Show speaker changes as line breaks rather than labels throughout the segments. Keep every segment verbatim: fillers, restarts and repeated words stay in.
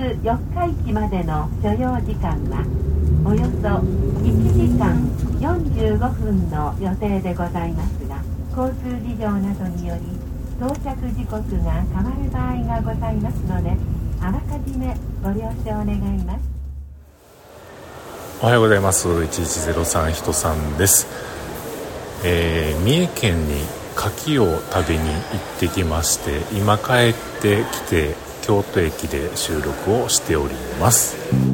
四日市までの所要時間はおよそいちじかんよんじゅうごふんの予定でございますが、交通事情などにより到着時刻が変わる場合がございますので、あらかじめご了承願います。
おはようございます。いちいちゼロさん人さんです。えー、三重県に牡蠣を食べに行ってきまして、今帰ってきて京都駅で収録をしております。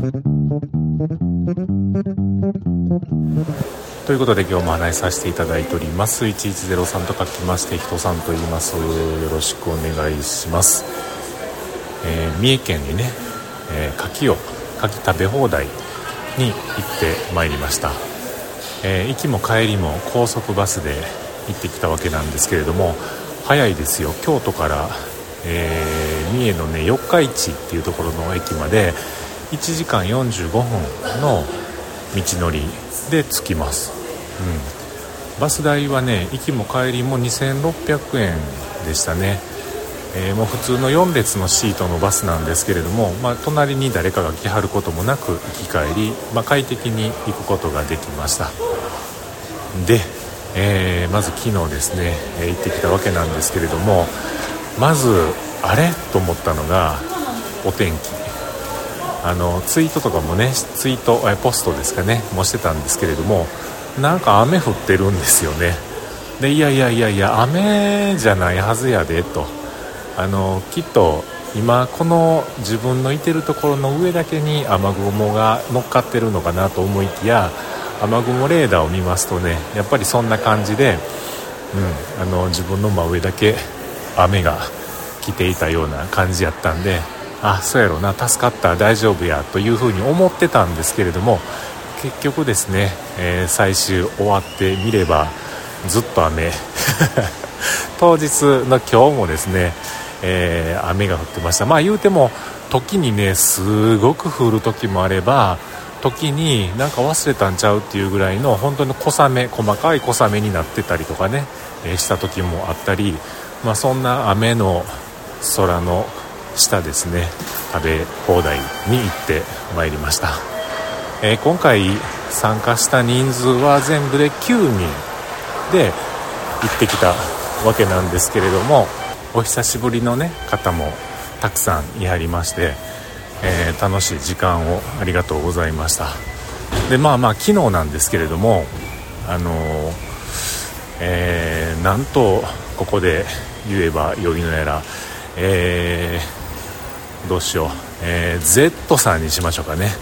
ということで今日も話しさせていただいております。いちいちゼロさんと書きまして人さんと言います。よろしくお願いします。えー、三重県にね、えー、牡蠣を牡蠣食べ放題に行ってまいりました。えー、行きも帰りも高速バスで行ってきたわけなんですけれども、早いですよ。京都から、えー、三重のね四日市っていうところの駅までいちじかんよんじゅうごふんの道のりで着きます。うん、バス代はね行きも帰りもにせんろっぴゃくえんでしたね。えー、もう普通のよん列のシートのバスなんですけれども、まあ、隣に誰かが来はることもなく行き帰り、まあ、快適に行くことができました。で、えー、まず昨日ですね、えー、行ってきたわけなんですけれども、まずあれと思ったのがお天気。あのツイートとかもねツイートポストですかねもしてたんですけれども、なんか雨降ってるんですよね。でいやいやいやいや雨じゃないはずやでと、あのきっと今この自分のいてるところの上だけに雨雲が乗っかってるのかなと思いきや、雨雲レーダーを見ますとねやっぱりそんな感じで、うん、あの自分の真上だけ雨が来ていたような感じやったんで、あ、そうやろな、助かった、大丈夫やというふうに思ってたんですけれども、結局ですね、えー、最終終わってみればずっと雨当日の今日もですね、えー、雨が降ってました。まあ言うても時にねすごく降る時もあれば、時になんか忘れたんちゃうっていうぐらいの本当に小雨、細かい小雨になってたりとかね、えー、した時もあったり、まあそんな雨の空の下ですね、食べ放題に行ってまいりました。えー、今回参加した人数は全部できゅうにんで行ってきたわけなんですけれども、お久しぶりの、ね、方もたくさんいはりまして、えー、楽しい時間をありがとうございました。でまあまあ昨日なんですけれども、あのーえー、なんとここで言えばよいのやら、えー、どうしよう、えー、Z さんにしましょうかね。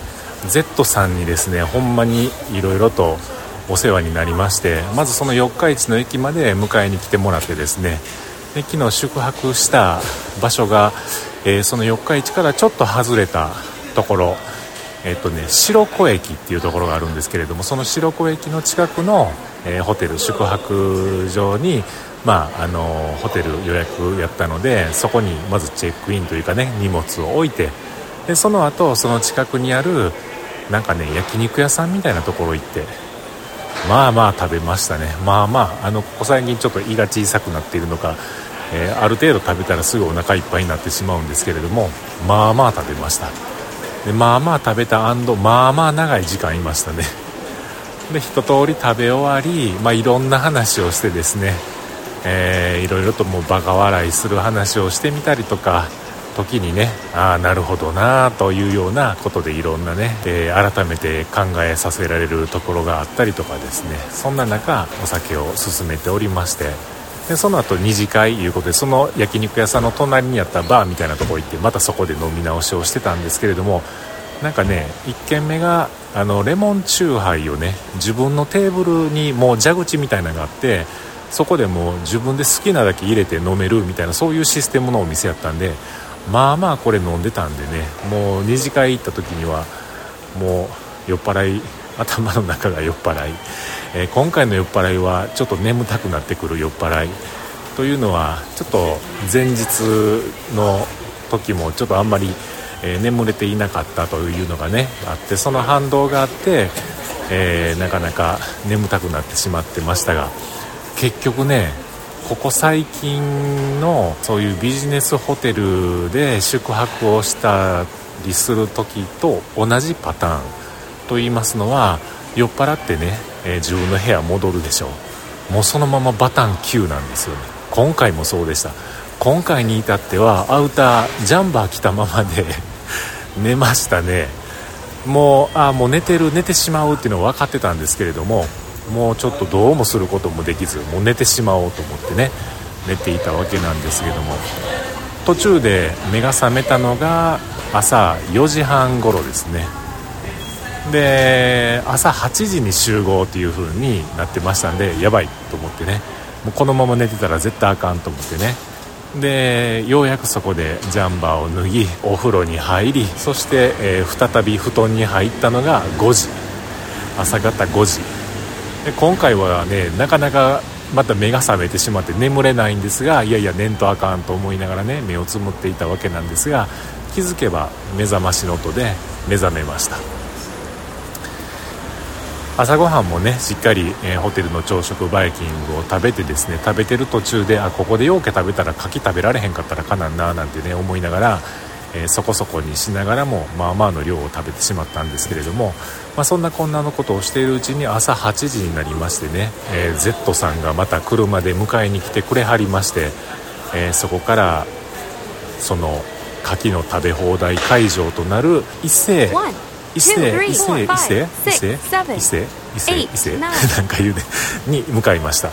Z さんにですねほんまにいろいろとお世話になりまして、まずその四日市の駅まで迎えに来てもらってですね、で昨日宿泊した場所が、えー、その四日市からちょっと外れたところ、えーとね、白子駅っていうところがあるんですけれども、その白子駅の近くの、えー、ホテル宿泊場に、まああのー、ホテル予約やったので、そこにまずチェックインというかね荷物を置いて、でその後その近くにあるなんかね焼肉屋さんみたいなところ行って、まあまあ食べましたね。まあまああのここ最近ちょっと胃が小さくなっているのか、えー、ある程度食べたらすぐお腹いっぱいになってしまうんですけれども、まあまあ食べました。でまあまあ食べたまあまあ長い時間いましたね。で一通り食べ終わり、まあ、いろんな話をしてですね、えー、いろいろともうバカ笑いする話をしてみたりとか、時にね、ああなるほどなというようなことでいろんなね、えー、改めて考えさせられるところがあったりとかですね、そんな中お酒を勧めておりまして、でその後二次会いうことで、その焼肉屋さんの隣にあったバーみたいなところ行って、またそこで飲み直しをしてたんですけれども、なんかねいっ軒目があのレモンチューハイをね自分のテーブルにもう蛇口みたいなのがあって、そこでもう自分で好きなだけ入れて飲めるみたいな、そういうシステムのお店やったんで、まあまあこれ飲んでたんでね、もう二次会行った時にはもう酔っ払い、頭の中が酔っ払い、えー、今回の酔っ払いはちょっと眠たくなってくる酔っ払いというのは、ちょっと前日の時もちょっとあんまり、えー、眠れていなかったというのがねあって、その反動があって、えー、なかなか眠たくなってしまってましたが、結局ねここ最近のそういうビジネスホテルで宿泊をしたりする時と同じパターンと言いますのは、酔っ払ってね、えー、自分の部屋戻るでしょう。もうそのままバタンきゅうなんですよね。今回もそうでした。今回に至ってはアウタージャンバー着たままで寝ましたね。もうあもう寝てる寝てしまうっていうのは分かってたんですけれども、もうちょっとどうもすることもできず、もう寝てしまおうと思ってね寝ていたわけなんですけども、途中で目が覚めたのが朝よじはん頃ですね。で朝はちじに集合っていう風になってましたんで、やばいと思ってね、もうこのまま寝てたら絶対あかんと思ってね、でようやくそこでジャンバーを脱ぎお風呂に入り、そして、えー、再び布団に入ったのがごじ、朝方ごじで、今回はねなかなかまた目が覚めてしまって眠れないんですが、いやいや寝んとあかんと思いながらね目をつむっていたわけなんですが、気づけば目覚ましの音で目覚めました。朝ごはんもねしっかり、えー、ホテルの朝食バイキングを食べてですね、食べてる途中であここでようけ食べたら牡蠣食べられへんかったらかなんななんてね思いながら、えー、そこそこにしながらもまあまあの量を食べてしまったんですけれども、まあ、そんなこんなのことをしているうちに朝はちじになりましてね、えー、Z さんがまた車で迎えに来てくれはりまして、えー、そこからその牡蠣の食べ放題会場となる伊勢伊勢伊勢伊勢伊勢伊勢伊勢伊勢なんか言うねに向かいました、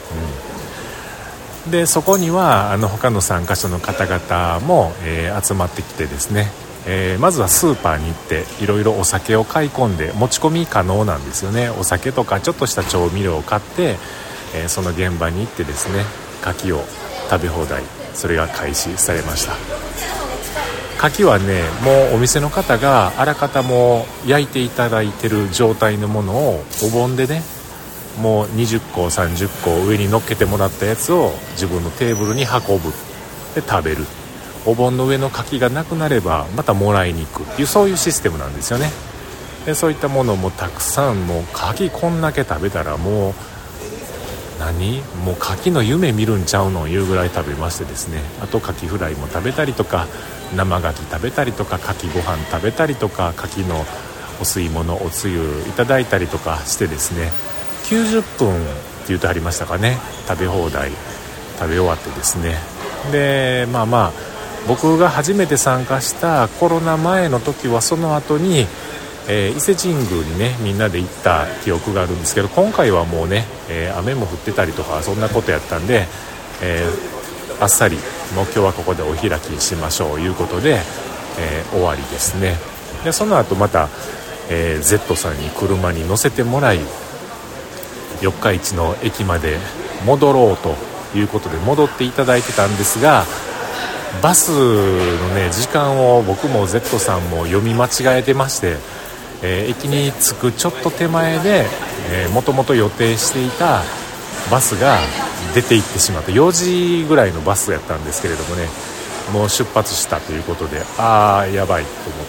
うん、でそこにはあの他の参加者の方々も、えー、集まってきてですね、えー、まずはスーパーに行っていろいろお酒を買い込んで、持ち込み可能なんですよね。お酒とかちょっとした調味料を買って、えー、その現場に行ってですね牡蠣を食べ放題、それが開始されました。牡蠣はねもうお店の方があらかたも焼いていただいてる状態のものをお盆でねもうにじゅっこさんじゅっこ上に乗っけてもらったやつを自分のテーブルに運ぶ、で食べる、お盆の上の牡蠣がなくなればまたもらいに行くっていう、そういうシステムなんですよね。でそういったものもたくさん、もう牡蠣こんだけ食べたらもう何もう牡蠣の夢見るんちゃうのいうぐらい食べましてですね、あと牡蠣フライも食べたりとか、生牡蠣食べたりとか、牡蠣ご飯食べたりとか、牡蠣のお吸い物おつゆいただいたりとかしてですね、きゅうじゅっぷんって言うとありましたかね、食べ放題食べ終わってですね、でまあまあ僕が初めて参加したコロナ前の時はその後に、えー、伊勢神宮にねみんなで行った記憶があるんですけど、今回はもうね、えー、雨も降ってたりとかそんなことやったんで、えー、あっさりもう今日はここでお開きしましょういうことで、えー、終わりですね。でその後また、えー、Z さんに車に乗せてもらい、四日市の駅まで戻ろうということで戻っていただいてたんですが、バスのね時間を僕も Z さんも読み間違えてまして、えー、駅に着くちょっと手前でもともと予定していたバスが出て行ってしまった。よじぐらいのバスやったんですけれどもね、もう出発したということで、あーやばいと思って、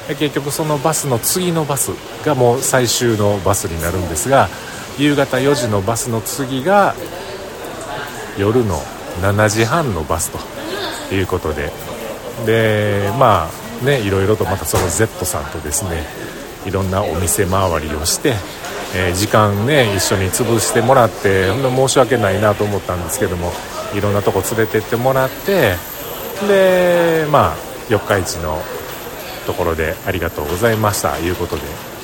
結局そのバスの次のバスがもう最終のバスになるんですが、夕方よじのバスの次が夜のしちじはんのバスということで、でまあねいろいろとまたその Z さんとですねいろんなお店回りをして、えー、時間ね一緒に潰してもらって、申し訳ないなと思ったんですけども、いろんなとこ連れてってもらって、でまあ四日市のところでありがとうございましたいうことで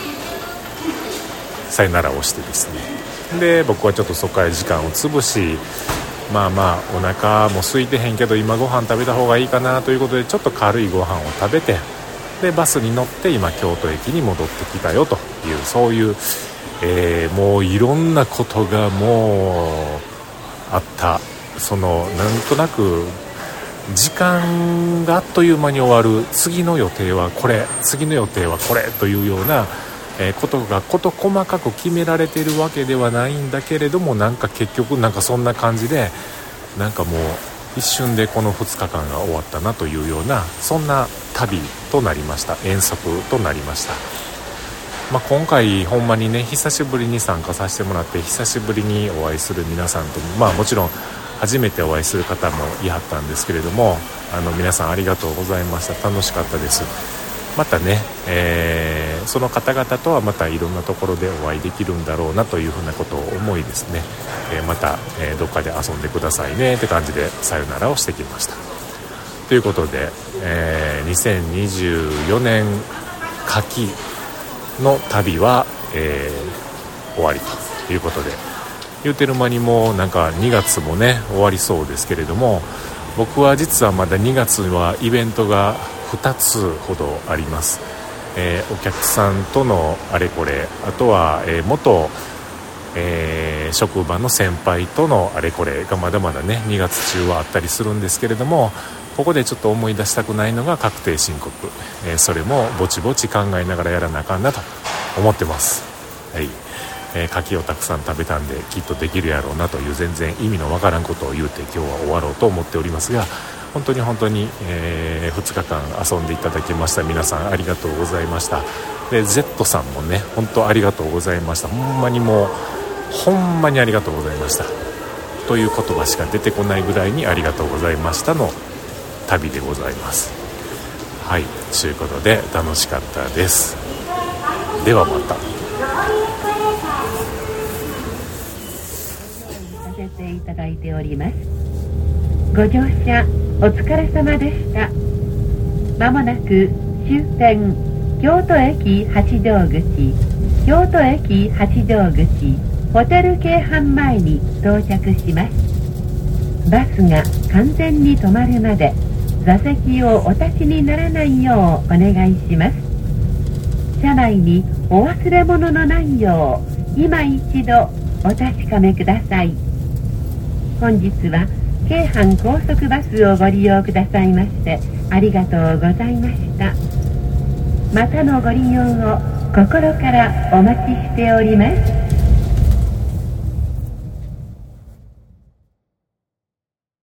さよならをしてですね、で僕はちょっとそこから時間を潰し、まあまあお腹も空いてへんけど今ご飯食べた方がいいかなということでちょっと軽いご飯を食べて、でバスに乗って今京都駅に戻ってきたよという、そういう、えー、もういろんなことがもうあった。そのなんとなく時間があっという間に終わる、次の予定はこれ次の予定はこれというようなえー、ことがこと細かく決められているわけではないんだけれども、なんか結局なんかそんな感じで、なんかもう一瞬でこのふつかかんが終わったなというような、そんな旅となりました。遠足となりました。まあ、今回ほんまにね久しぶりに参加させてもらって、久しぶりにお会いする皆さんとも、まあもちろん初めてお会いする方もいはったんですけれども、あの皆さんありがとうございました。楽しかったです。 またね、えー、その方々とはまたいろんなところでお会いできるんだろうなというふうなことを思いですね、えー、また、えー、どっかで遊んでくださいねって感じでさよならをしてきました。ということで、えー、にせんにじゅうよねん夏季の旅は、えー、終わりということで、言うてる間にもなんかにがつもね終わりそうですけれども、僕は実はまだにがつはイベントがふたつほどあります。えー、お客さんとのあれこれ、あとは、えー、元、えー、職場の先輩とのあれこれがまだまだねにがつ中はあったりするんですけれども、ここでちょっと思い出したくないのが確定申告、えー、それもぼちぼち考えながらやらなあかんなと思ってます。はい、えー、牡蠣をたくさん食べたんできっとできるやろうなという全然意味のわからんことを言うて今日は終わろうと思っておりますが、本当に本当に、えー、ふつかかん遊んでいただきました皆さんありがとうございました。で Z さんもね本当ありがとうございました。ほんまにもうほんまにありがとうございましたという言葉しか出てこないぐらいにありがとうございましたの旅でございます。はい、ということで楽しかったです。ではまた。
させていただいております。ご乗車お疲れ様でした。まもなく終点京都駅八丈口、京都駅八丈口ホテル京阪前に到着します。バスが完全に止まるまで座席をお立ちにならないようお願いします。車内にお忘れ物のないよう今一度お確かめください。本日は京阪高速バスをご利用くださいましてありがとうございました。またのご利用を心からお待ちしております。